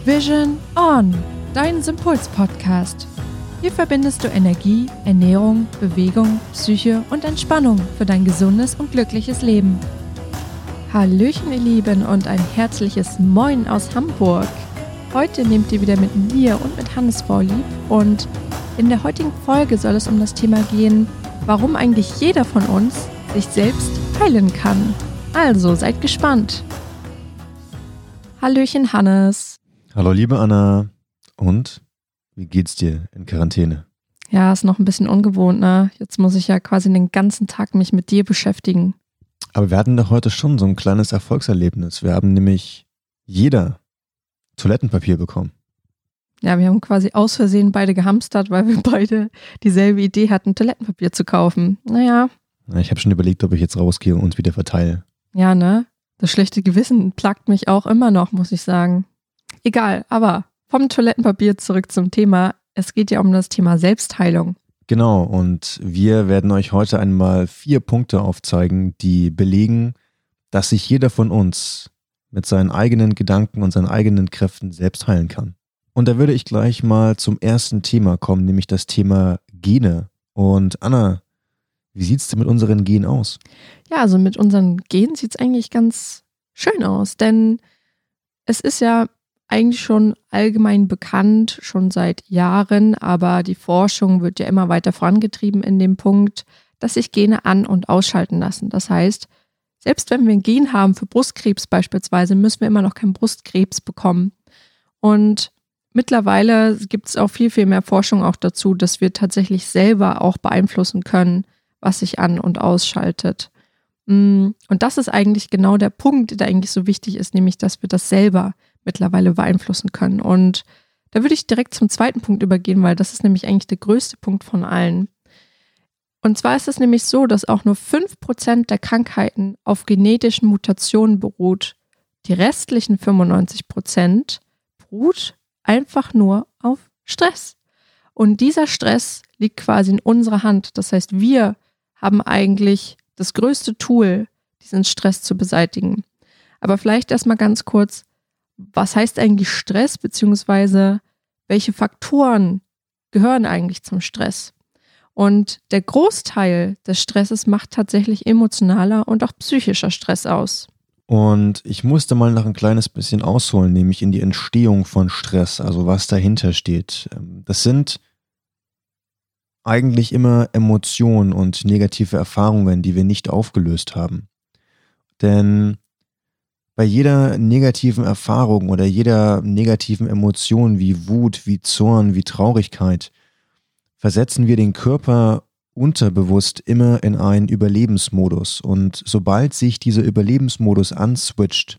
Vision On, dein Sympuls-Podcast. Hier verbindest du Energie, Ernährung, Bewegung, Psyche und Entspannung für dein gesundes und glückliches Leben. Hallöchen, ihr Lieben, und ein herzliches Moin aus Hamburg. Heute nehmt ihr wieder mit mir und mit Hannes vorlieb und in der heutigen Folge soll es um das Thema gehen, warum eigentlich jeder von uns sich selbst heilen kann. Also seid gespannt. Hallöchen, Hannes. Hallo liebe Anna. Und wie geht's dir in Quarantäne? Ja, ist noch ein bisschen ungewohnt, ne? Jetzt muss ich ja quasi den ganzen Tag mich mit dir beschäftigen. Aber wir hatten doch heute schon so ein kleines Erfolgserlebnis. Wir haben nämlich jeder Toilettenpapier bekommen. Ja, wir haben quasi aus Versehen beide gehamstert, weil wir beide dieselbe Idee hatten, Toilettenpapier zu kaufen. Naja. Ich habe schon überlegt, ob ich jetzt rausgehe und uns wieder verteile. Ja, ne? Das schlechte Gewissen plagt mich auch immer noch, muss ich sagen. Egal, aber vom Toilettenpapier zurück zum Thema. Es geht ja um das Thema Selbstheilung. Genau, und wir werden euch heute einmal 4 Punkte aufzeigen, die belegen, dass sich jeder von uns mit seinen eigenen Gedanken und seinen eigenen Kräften selbst heilen kann. Und da würde ich gleich mal zum ersten Thema kommen, nämlich das Thema Gene. Und Anna, wie sieht es denn mit unseren Genen aus? Ja, also mit unseren Genen sieht es eigentlich ganz schön aus, denn es ist ja eigentlich schon allgemein bekannt, schon seit Jahren, aber die Forschung wird ja immer weiter vorangetrieben in dem Punkt, dass sich Gene an- und ausschalten lassen. Das heißt, selbst wenn wir ein Gen haben für Brustkrebs beispielsweise, müssen wir immer noch keinen Brustkrebs bekommen. Und mittlerweile gibt es auch viel, viel mehr Forschung auch dazu, dass wir tatsächlich selber auch beeinflussen können, was sich an- und ausschaltet. Und das ist eigentlich genau der Punkt, der eigentlich so wichtig ist, nämlich, dass wir das selber mittlerweile beeinflussen können. Und da würde ich direkt zum zweiten Punkt übergehen, weil das ist nämlich eigentlich der größte Punkt von allen. Und zwar ist es nämlich so, dass auch nur 5% der Krankheiten auf genetischen Mutationen beruht. Die restlichen 95% beruht einfach nur auf Stress. Und dieser Stress liegt quasi in unserer Hand. Das heißt, wir haben eigentlich das größte Tool, diesen Stress zu beseitigen. Aber vielleicht erstmal ganz kurz, was heißt eigentlich Stress, beziehungsweise welche Faktoren gehören eigentlich zum Stress? Und der Großteil des Stresses macht tatsächlich emotionaler und auch psychischer Stress aus. Und ich musste mal noch ein kleines bisschen ausholen, nämlich in die Entstehung von Stress, also was dahinter steht. Das sind eigentlich immer Emotionen und negative Erfahrungen, die wir nicht aufgelöst haben. Denn bei jeder negativen Erfahrung oder jeder negativen Emotion wie Wut, wie Zorn, wie Traurigkeit, versetzen wir den Körper unterbewusst immer in einen Überlebensmodus. Und sobald sich dieser Überlebensmodus answitcht,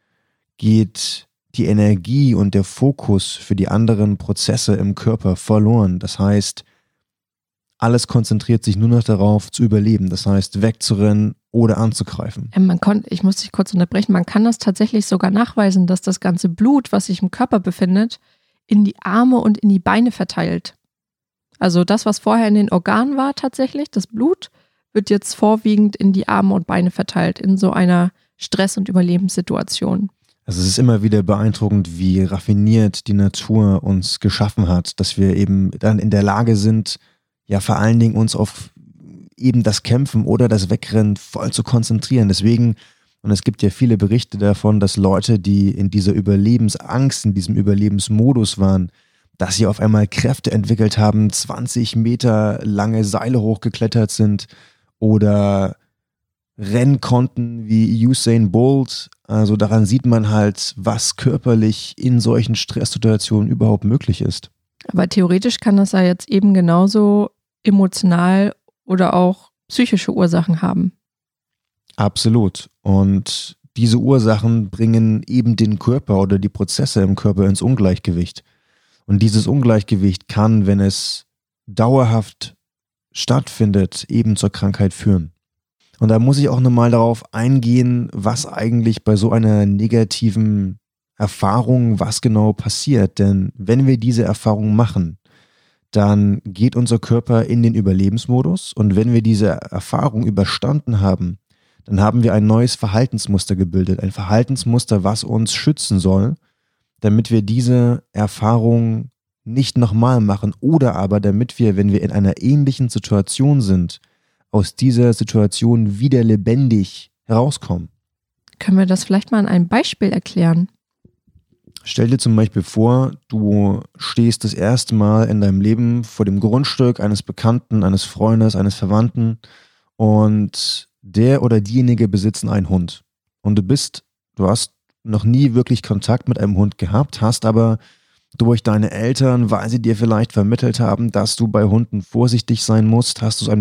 geht die Energie und der Fokus für die anderen Prozesse im Körper verloren. Das heißt, alles konzentriert sich nur noch darauf zu überleben. Das heißt, wegzurennen oder anzugreifen. Ich muss dich kurz unterbrechen, man kann das tatsächlich sogar nachweisen, dass das ganze Blut, was sich im Körper befindet, in die Arme und in die Beine verteilt. Also das, was vorher in den Organen war tatsächlich, das Blut, wird jetzt vorwiegend in die Arme und Beine verteilt, in so einer Stress- und Überlebenssituation. Also es ist immer wieder beeindruckend, wie raffiniert die Natur uns geschaffen hat, dass wir eben dann in der Lage sind, ja vor allen Dingen uns auf eben das Kämpfen oder das Wegrennen voll zu konzentrieren. Deswegen, und es gibt ja viele Berichte davon, dass Leute, die in dieser Überlebensangst, in diesem Überlebensmodus waren, dass sie auf einmal Kräfte entwickelt haben, 20 Meter lange Seile hochgeklettert sind oder rennen konnten wie Usain Bolt. Also daran sieht man halt, was körperlich in solchen Stresssituationen überhaupt möglich ist. Aber theoretisch kann das ja jetzt eben genauso emotional oder auch psychische Ursachen haben. Absolut. Und diese Ursachen bringen eben den Körper oder die Prozesse im Körper ins Ungleichgewicht. Und dieses Ungleichgewicht kann, wenn es dauerhaft stattfindet, eben zur Krankheit führen. Und da muss ich auch nochmal darauf eingehen, was eigentlich bei so einer negativen Erfahrung, was genau passiert. Denn wenn wir diese Erfahrung machen, dann geht unser Körper in den Überlebensmodus und wenn wir diese Erfahrung überstanden haben, dann haben wir ein neues Verhaltensmuster gebildet. Ein Verhaltensmuster, was uns schützen soll, damit wir diese Erfahrung nicht nochmal machen oder aber damit wir, wenn wir in einer ähnlichen Situation sind, aus dieser Situation wieder lebendig herauskommen. Können wir das vielleicht mal an einem Beispiel erklären? Stell dir zum Beispiel vor, du stehst das erste Mal in deinem Leben vor dem Grundstück eines Bekannten, eines Freundes, eines Verwandten und der oder diejenige besitzen einen Hund. Und du hast noch nie wirklich Kontakt mit einem Hund gehabt, hast aber durch deine Eltern, weil sie dir vielleicht vermittelt haben, dass du bei Hunden vorsichtig sein musst,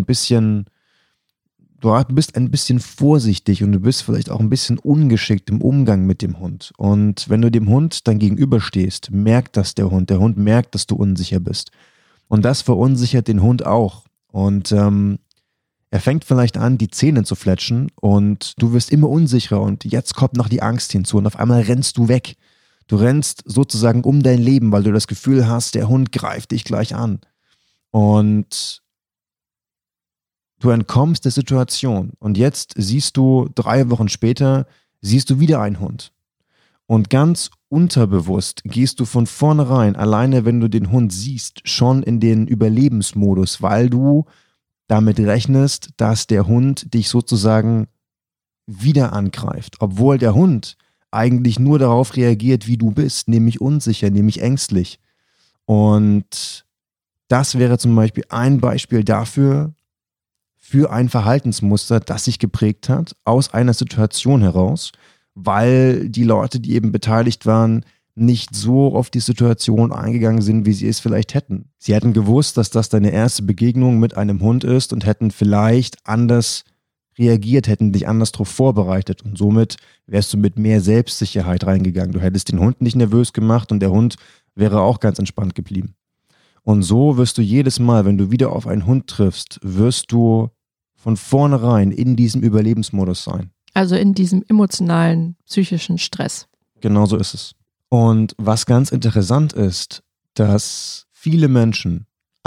du bist ein bisschen vorsichtig und du bist vielleicht auch ein bisschen ungeschickt im Umgang mit dem Hund. Und wenn du dem Hund dann gegenüberstehst, merkt das der Hund. Der Hund merkt, dass du unsicher bist. Und das verunsichert den Hund auch. Und er fängt vielleicht an, die Zähne zu fletschen und du wirst immer unsicherer und jetzt kommt noch die Angst hinzu und auf einmal rennst du weg. Du rennst sozusagen um dein Leben, weil du das Gefühl hast, der Hund greift dich gleich an. Und du entkommst der Situation und jetzt siehst du 3 Wochen später, wieder einen Hund. Und ganz unterbewusst gehst du von vornherein, alleine wenn du den Hund siehst, schon in den Überlebensmodus, weil du damit rechnest, dass der Hund dich sozusagen wieder angreift, obwohl der Hund eigentlich nur darauf reagiert, wie du bist, nämlich unsicher, nämlich ängstlich. Und das wäre zum Beispiel ein Beispiel dafür, für ein Verhaltensmuster, das sich geprägt hat aus einer Situation heraus, weil die Leute, die eben beteiligt waren, nicht so auf die Situation eingegangen sind, wie sie es vielleicht hätten. Sie hätten gewusst, dass das deine erste Begegnung mit einem Hund ist und hätten vielleicht anders reagiert, hätten dich anders darauf vorbereitet und somit wärst du mit mehr Selbstsicherheit reingegangen. Du hättest den Hund nicht nervös gemacht und der Hund wäre auch ganz entspannt geblieben. Und so wirst du jedes Mal, wenn du wieder auf einen Hund triffst, wirst du von vornherein in diesem Überlebensmodus sein. Also in diesem emotionalen, psychischen Stress. Genau so ist es. Und was ganz interessant ist, dass viele Menschen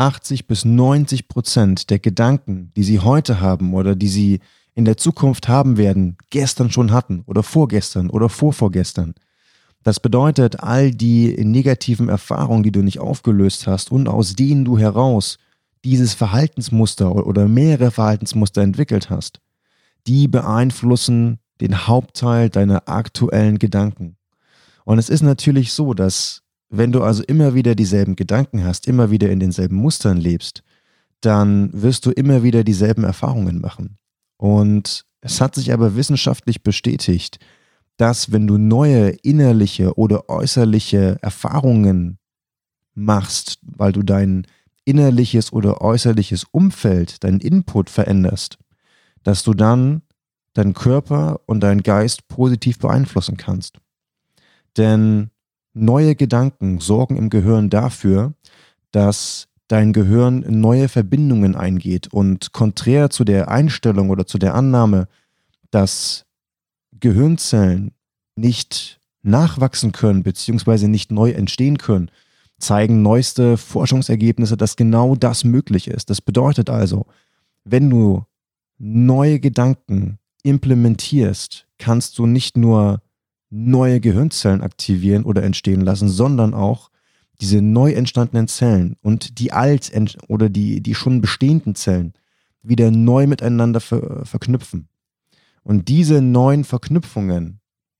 80-90% der Gedanken, die sie heute haben oder die sie in der Zukunft haben werden, gestern schon hatten oder vorgestern oder vorvorgestern. Das bedeutet, all die negativen Erfahrungen, die du nicht aufgelöst hast und aus denen du heraus dieses Verhaltensmuster oder mehrere Verhaltensmuster entwickelt hast, die beeinflussen den Hauptteil deiner aktuellen Gedanken. Und es ist natürlich so, dass wenn du also immer wieder dieselben Gedanken hast, immer wieder in denselben Mustern lebst, dann wirst du immer wieder dieselben Erfahrungen machen. Und es hat sich aber wissenschaftlich bestätigt, dass wenn du neue innerliche oder äußerliche Erfahrungen machst, weil du dein innerliches oder äußerliches Umfeld, deinen Input veränderst, dass du dann deinen Körper und deinen Geist positiv beeinflussen kannst. Denn neue Gedanken sorgen im Gehirn dafür, dass dein Gehirn neue Verbindungen eingeht und konträr zu der Einstellung oder zu der Annahme, dass Gehirnzellen nicht nachwachsen können bzw. nicht neu entstehen können, zeigen neueste Forschungsergebnisse, dass genau das möglich ist. Das bedeutet also, wenn du neue Gedanken implementierst, kannst du nicht nur neue Gehirnzellen aktivieren oder entstehen lassen, sondern auch diese neu entstandenen Zellen und die die schon bestehenden Zellen wieder neu miteinander verknüpfen. Und diese neuen Verknüpfungen,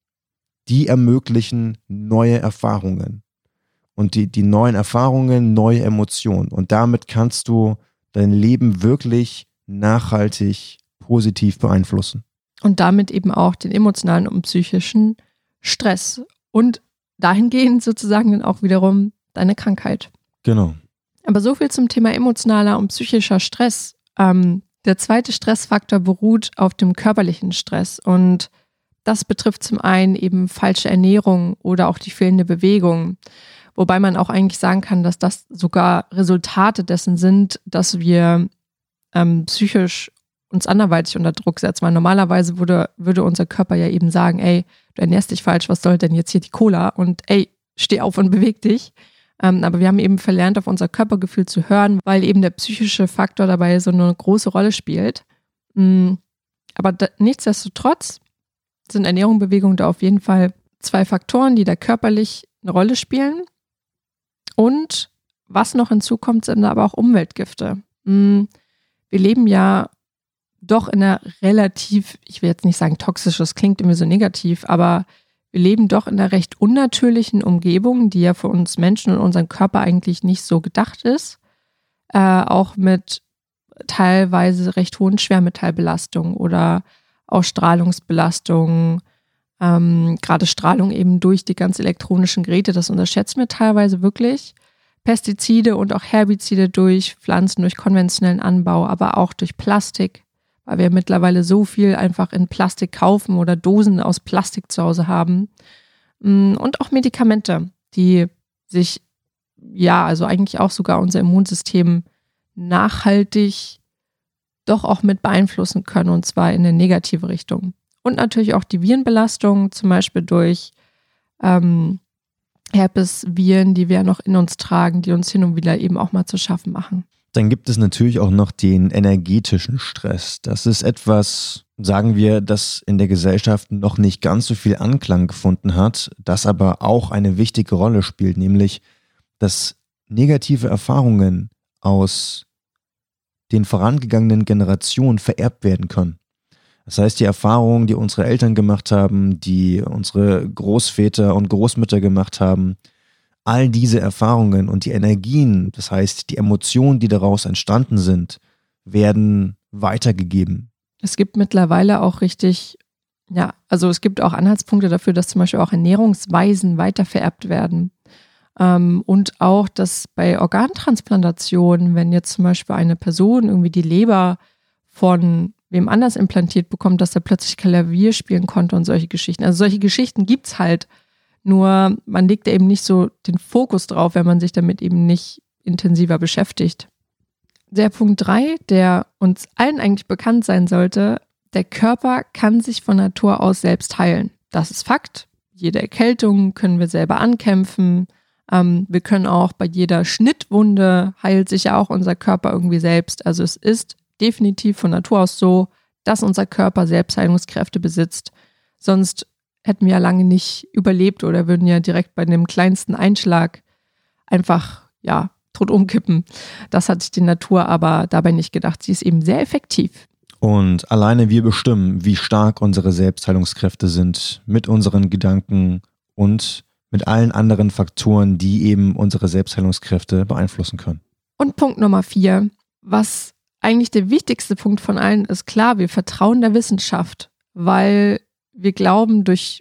die ermöglichen neue Erfahrungen. Und die neuen Erfahrungen, neue Emotionen. Und damit kannst du dein Leben wirklich nachhaltig positiv beeinflussen. Und damit eben auch den emotionalen und psychischen Stress. Und dahingehend sozusagen dann auch wiederum deine Krankheit. Genau. Aber so viel zum Thema emotionaler und psychischer Stress. Der zweite Stressfaktor beruht auf dem körperlichen Stress. Und das betrifft zum einen eben falsche Ernährung oder auch die fehlende Bewegung. Wobei man auch eigentlich sagen kann, dass das sogar Resultate dessen sind, dass wir psychisch uns anderweitig unter Druck setzen. Weil normalerweise würde unser Körper ja eben sagen, ey, du ernährst dich falsch, was soll denn jetzt hier die Cola? Und ey, steh auf und beweg dich. Aber wir haben eben verlernt, auf unser Körpergefühl zu hören, weil eben der psychische Faktor dabei so eine große Rolle spielt. Aber nichtsdestotrotz sind Ernährung und Bewegung da auf jeden Fall 2 Faktoren, die da körperlich eine Rolle spielen. Und was noch hinzukommt, sind aber auch Umweltgifte. Wir leben ja doch in einer relativ, ich will jetzt nicht sagen toxisch, das klingt irgendwie so negativ, aber wir leben doch in einer recht unnatürlichen Umgebung, die ja für uns Menschen und unseren Körper eigentlich nicht so gedacht ist. Auch mit teilweise recht hohen Schwermetallbelastungen oder auch Strahlungsbelastungen. Gerade Strahlung eben durch die ganz elektronischen Geräte, das unterschätzen wir teilweise wirklich. Pestizide und auch Herbizide durch Pflanzen, durch konventionellen Anbau, aber auch durch Plastik, weil wir mittlerweile so viel einfach in Plastik kaufen oder Dosen aus Plastik zu Hause haben. Und auch Medikamente, die sich, also eigentlich auch sogar unser Immunsystem nachhaltig doch auch mit beeinflussen können, und zwar in eine negative Richtung. Und natürlich auch die Virenbelastung, zum Beispiel durch Herpesviren, die wir noch in uns tragen, die uns hin und wieder eben auch mal zu schaffen machen. Dann gibt es natürlich auch noch den energetischen Stress. Das ist etwas, sagen wir, das in der Gesellschaft noch nicht ganz so viel Anklang gefunden hat, das aber auch eine wichtige Rolle spielt, nämlich, dass negative Erfahrungen aus den vorangegangenen Generationen vererbt werden können. Das heißt, die Erfahrungen, die unsere Eltern gemacht haben, die unsere Großväter und Großmütter gemacht haben, all diese Erfahrungen und die Energien, das heißt die Emotionen, die daraus entstanden sind, werden weitergegeben. Es gibt mittlerweile auch richtig, also es gibt auch Anhaltspunkte dafür, dass zum Beispiel auch Ernährungsweisen weitervererbt werden. Und auch, dass bei Organtransplantationen, wenn jetzt zum Beispiel eine Person irgendwie die Leber von wem anders implantiert bekommt, dass er plötzlich Klavier spielen konnte und solche Geschichten. Also solche Geschichten gibt es halt, nur man legt da eben nicht so den Fokus drauf, wenn man sich damit eben nicht intensiver beschäftigt. Der Punkt 3, der uns allen eigentlich bekannt sein sollte, der Körper kann sich von Natur aus selbst heilen. Das ist Fakt. Jede Erkältung können wir selber ankämpfen. Wir können auch bei jeder Schnittwunde heilt sich ja auch unser Körper irgendwie selbst. Also es ist definitiv von Natur aus so, dass unser Körper Selbstheilungskräfte besitzt. Sonst hätten wir ja lange nicht überlebt oder würden ja direkt bei dem kleinsten Einschlag einfach, tot umkippen. Das hat sich die Natur aber dabei nicht gedacht. Sie ist eben sehr effektiv. Und alleine wir bestimmen, wie stark unsere Selbstheilungskräfte sind mit unseren Gedanken und mit allen anderen Faktoren, die eben unsere Selbstheilungskräfte beeinflussen können. Und Punkt Nummer 4, was eigentlich der wichtigste Punkt von allen ist, klar, wir vertrauen der Wissenschaft, weil wir glauben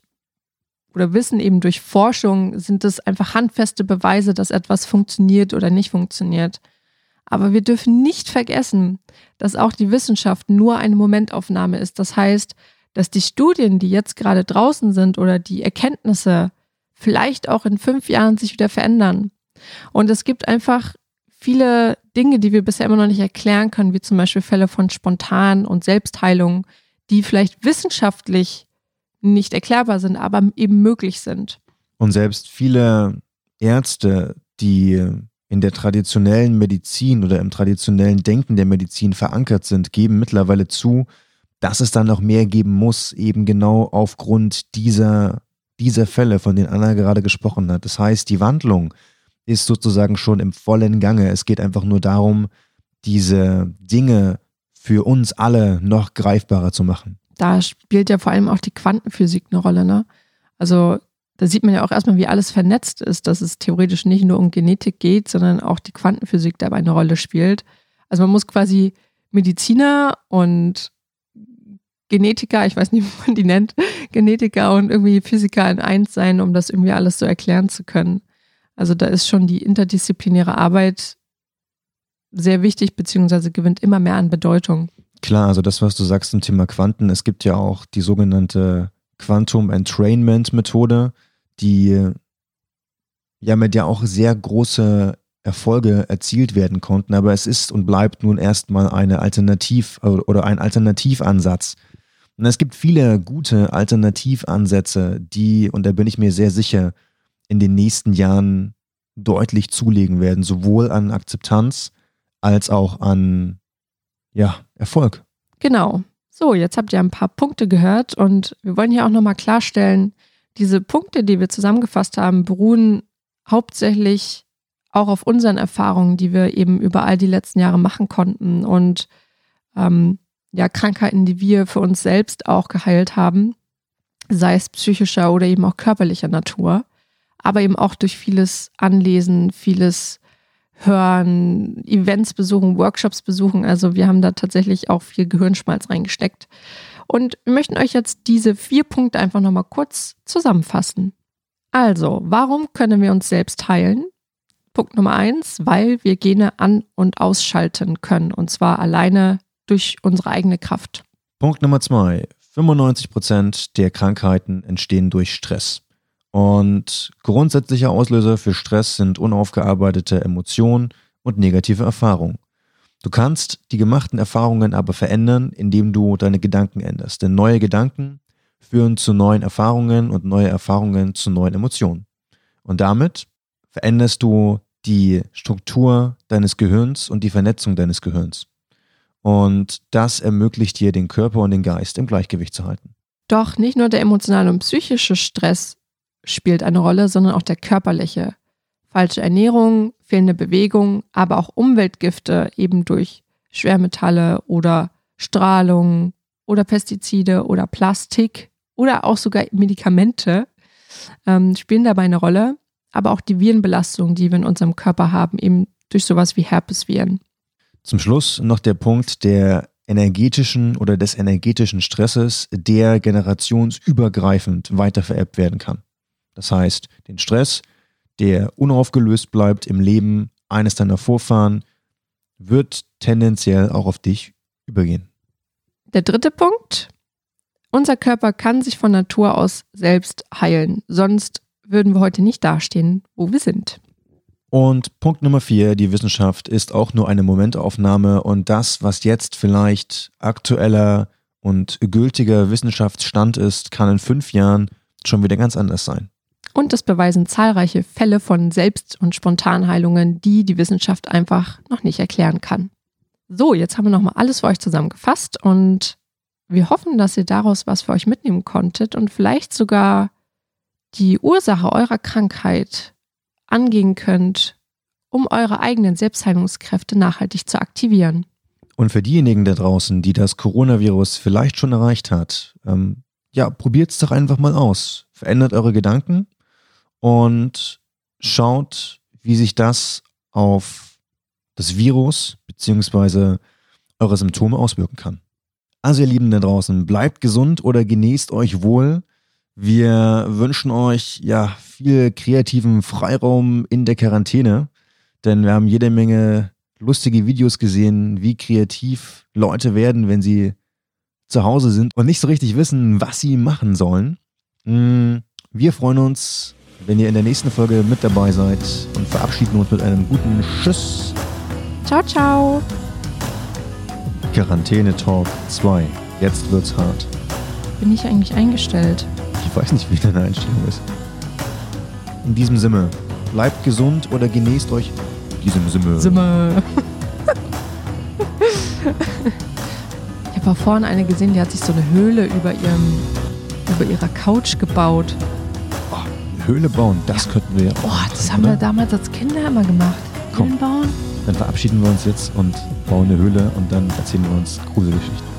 wissen eben durch Forschung sind es einfach handfeste Beweise, dass etwas funktioniert oder nicht funktioniert. Aber wir dürfen nicht vergessen, dass auch die Wissenschaft nur eine Momentaufnahme ist. Das heißt, dass die Studien, die jetzt gerade draußen sind oder die Erkenntnisse vielleicht auch in 5 Jahren sich wieder verändern. Und es gibt einfach viele Dinge, die wir bisher immer noch nicht erklären können, wie zum Beispiel Fälle von Spontan- und Selbstheilung, die vielleicht wissenschaftlich nicht erklärbar sind, aber eben möglich sind. Und selbst viele Ärzte, die in der traditionellen Medizin oder im traditionellen Denken der Medizin verankert sind, geben mittlerweile zu, dass es dann noch mehr geben muss, eben genau aufgrund dieser Fälle, von denen Anna gerade gesprochen hat. Das heißt, die Wandlung ist sozusagen schon im vollen Gange. Es geht einfach nur darum, diese Dinge für uns alle noch greifbarer zu machen. Da spielt ja vor allem auch die Quantenphysik eine Rolle, ne? Also da sieht man ja auch erstmal, wie alles vernetzt ist, dass es theoretisch nicht nur um Genetik geht, sondern auch die Quantenphysik dabei eine Rolle spielt. Also man muss quasi Mediziner und Genetiker, ich weiß nicht, wie man die nennt, Genetiker und irgendwie Physiker in eins sein, um das irgendwie alles so erklären zu können. Also da ist schon die interdisziplinäre Arbeit sehr wichtig, beziehungsweise gewinnt immer mehr an Bedeutung. Klar, also das, was du sagst zum Thema Quanten, es gibt ja auch die sogenannte Quantum Entrainment Methode, die ja mit der auch sehr große Erfolge erzielt werden konnten, aber es ist und bleibt nun erstmal eine ein Alternativansatz. Und es gibt viele gute Alternativansätze, die, und da bin ich mir sehr sicher, in den nächsten Jahren deutlich zulegen werden, sowohl an Akzeptanz als auch an Erfolg. Genau. So, jetzt habt ihr ein paar Punkte gehört und wir wollen hier auch nochmal klarstellen, diese Punkte, die wir zusammengefasst haben, beruhen hauptsächlich auch auf unseren Erfahrungen, die wir eben über all die letzten Jahre machen konnten und Krankheiten, die wir für uns selbst auch geheilt haben, sei es psychischer oder eben auch körperlicher Natur, aber eben auch durch vieles Anlesen, vieles Hören, Events besuchen, Workshops besuchen. Also wir haben da tatsächlich auch viel Gehirnschmalz reingesteckt. Und wir möchten euch jetzt diese 4 Punkte einfach nochmal kurz zusammenfassen. Also, warum können wir uns selbst heilen? Punkt Nummer 1, weil wir Gene an- und ausschalten können. Und zwar alleine durch unsere eigene Kraft. Punkt Nummer 2, 95% der Krankheiten entstehen durch Stress. Und grundsätzlicher Auslöser für Stress sind unaufgearbeitete Emotionen und negative Erfahrungen. Du kannst die gemachten Erfahrungen aber verändern, indem du deine Gedanken änderst. Denn neue Gedanken führen zu neuen Erfahrungen und neue Erfahrungen zu neuen Emotionen. Und damit veränderst du die Struktur deines Gehirns und die Vernetzung deines Gehirns. Und das ermöglicht dir, den Körper und den Geist im Gleichgewicht zu halten. Doch nicht nur der emotionale und psychische Stress spielt eine Rolle, sondern auch der körperliche. Falsche Ernährung, fehlende Bewegung, aber auch Umweltgifte eben durch Schwermetalle oder Strahlung oder Pestizide oder Plastik oder auch sogar Medikamente spielen dabei eine Rolle. Aber auch die Virenbelastung, die wir in unserem Körper haben, eben durch sowas wie Herpesviren. Zum Schluss noch der Punkt der energetischen oder des energetischen Stresses, der generationsübergreifend weitervererbt werden kann. Das heißt, den Stress, der unaufgelöst bleibt im Leben eines deiner Vorfahren, wird tendenziell auch auf dich übergehen. Der 3. Punkt. Unser Körper kann sich von Natur aus selbst heilen. Sonst würden wir heute nicht dastehen, wo wir sind. Und Punkt Nummer 4, die Wissenschaft ist auch nur eine Momentaufnahme und das, was jetzt vielleicht aktueller und gültiger Wissenschaftsstand ist, kann in 5 Jahren schon wieder ganz anders sein. Und es beweisen zahlreiche Fälle von Selbst- und Spontanheilungen, die die Wissenschaft einfach noch nicht erklären kann. So, jetzt haben wir nochmal alles für euch zusammengefasst und wir hoffen, dass ihr daraus was für euch mitnehmen konntet und vielleicht sogar die Ursache eurer Krankheit angehen könnt, um eure eigenen Selbstheilungskräfte nachhaltig zu aktivieren. Und für diejenigen da draußen, die das Coronavirus vielleicht schon erreicht hat, probiert es doch einfach mal aus. Verändert eure Gedanken und schaut, wie sich das auf das Virus bzw. eure Symptome auswirken kann. Also ihr Lieben da draußen, bleibt gesund oder genießt euch wohl. Wir wünschen euch viel kreativen Freiraum in der Quarantäne, denn wir haben jede Menge lustige Videos gesehen, wie kreativ Leute werden, wenn sie zu Hause sind und nicht so richtig wissen, was sie machen sollen. Wir freuen uns, wenn ihr in der nächsten Folge mit dabei seid und verabschieden uns mit einem guten Tschüss. Ciao, ciao. Quarantäne Talk 2. Jetzt wird's hart. Bin ich eigentlich eingestellt? Ich weiß nicht, wie deine Einstellung ist. In diesem Sinne, bleibt gesund oder genießt euch in diesem Sinne. Ich habe vorhin eine gesehen, die hat sich so eine Höhle über ihrer Couch gebaut. Oh, eine Höhle bauen, das könnten wir ja auch. Das haben wir damals als Kinder immer gemacht. Komm, Höhlen bauen. dann verabschieden wir uns jetzt und bauen eine Höhle und dann erzählen wir uns Gruselgeschichten.